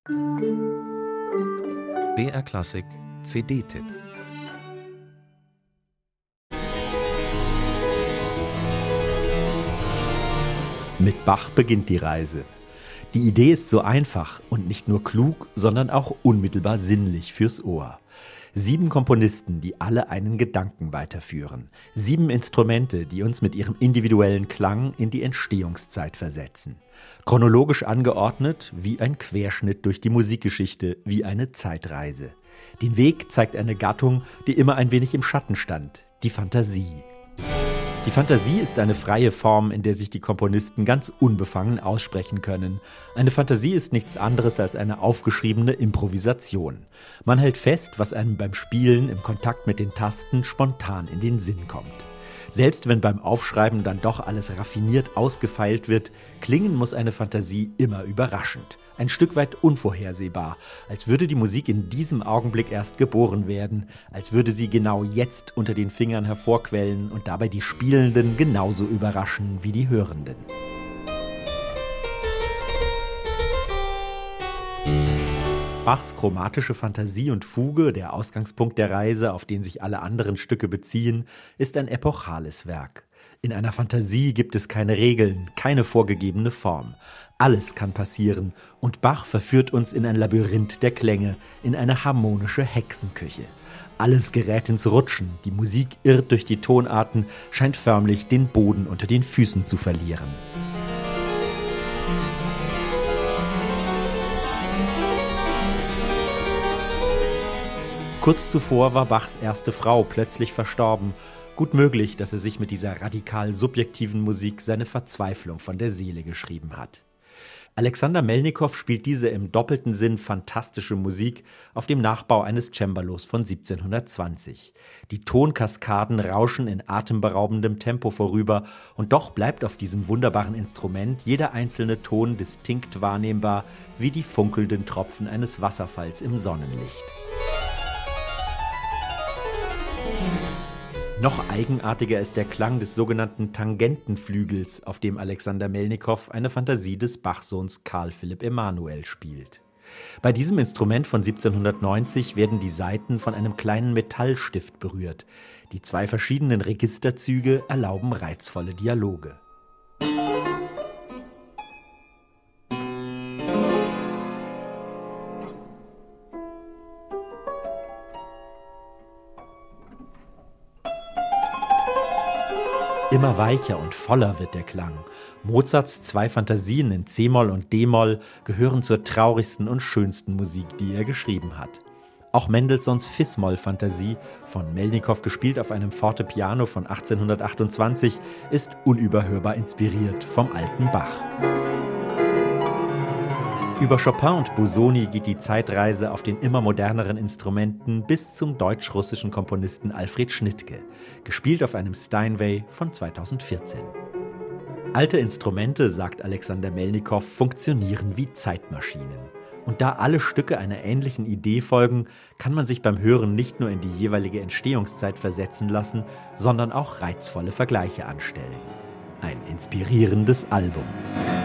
BR Klassik CD-Tipp. Mit Bach beginnt die Reise. Die Idee ist so einfach und nicht nur klug, sondern auch unmittelbar sinnlich fürs Ohr. 7 Komponisten, die alle einen Gedanken weiterführen. 7 Instrumente, die uns mit ihrem individuellen Klang in die Entstehungszeit versetzen. Chronologisch angeordnet, wie ein Querschnitt durch die Musikgeschichte, wie eine Zeitreise. Den Weg zeigt eine Gattung, die immer ein wenig im Schatten stand, die Fantasie. Die Fantasie ist eine freie Form, in der sich die Komponisten ganz unbefangen aussprechen können. Eine Fantasie ist nichts anderes als eine aufgeschriebene Improvisation. Man hält fest, was einem beim Spielen im Kontakt mit den Tasten spontan in den Sinn kommt. Selbst wenn beim Aufschreiben dann doch alles raffiniert ausgefeilt wird, klingen muss eine Fantasie immer überraschend. Ein Stück weit unvorhersehbar, als würde die Musik in diesem Augenblick erst geboren werden, als würde sie genau jetzt unter den Fingern hervorquellen und dabei die Spielenden genauso überraschen wie die Hörenden. Bachs chromatische Fantasie und Fuge, der Ausgangspunkt der Reise, auf den sich alle anderen Stücke beziehen, ist ein epochales Werk. In einer Fantasie gibt es keine Regeln, keine vorgegebene Form. Alles kann passieren und Bach verführt uns in ein Labyrinth der Klänge, in eine harmonische Hexenküche. Alles gerät ins Rutschen, die Musik irrt durch die Tonarten, scheint förmlich den Boden unter den Füßen zu verlieren. Kurz zuvor war Bachs erste Frau plötzlich verstorben. Gut möglich, dass er sich mit dieser radikal subjektiven Musik seine Verzweiflung von der Seele geschrieben hat. Alexander Melnikow spielt diese im doppelten Sinn fantastische Musik auf dem Nachbau eines Cembalos von 1720. Die Tonkaskaden rauschen in atemberaubendem Tempo vorüber und doch bleibt auf diesem wunderbaren Instrument jeder einzelne Ton distinkt wahrnehmbar, wie die funkelnden Tropfen eines Wasserfalls im Sonnenlicht. Noch eigenartiger ist der Klang des sogenannten Tangentenflügels, auf dem Alexander Melnikow eine Fantasie des Bachsohns Karl Philipp Emanuel spielt. Bei diesem Instrument von 1790 werden die Saiten von einem kleinen Metallstift berührt. Die 2 verschiedenen Registerzüge erlauben reizvolle Dialoge. Immer weicher und voller wird der Klang. Mozarts 2 Fantasien in C-Moll und D-Moll gehören zur traurigsten und schönsten Musik, die er geschrieben hat. Auch Mendelssohns Fis-Moll-Fantasie, von Melnikow gespielt auf einem Fortepiano von 1828, ist unüberhörbar inspiriert vom alten Bach. Über Chopin und Busoni geht die Zeitreise auf den immer moderneren Instrumenten bis zum deutsch-russischen Komponisten Alfred Schnittke, gespielt auf einem Steinway von 2014. Alte Instrumente, sagt Alexander Melnikow, funktionieren wie Zeitmaschinen. Und da alle Stücke einer ähnlichen Idee folgen, kann man sich beim Hören nicht nur in die jeweilige Entstehungszeit versetzen lassen, sondern auch reizvolle Vergleiche anstellen. Ein inspirierendes Album.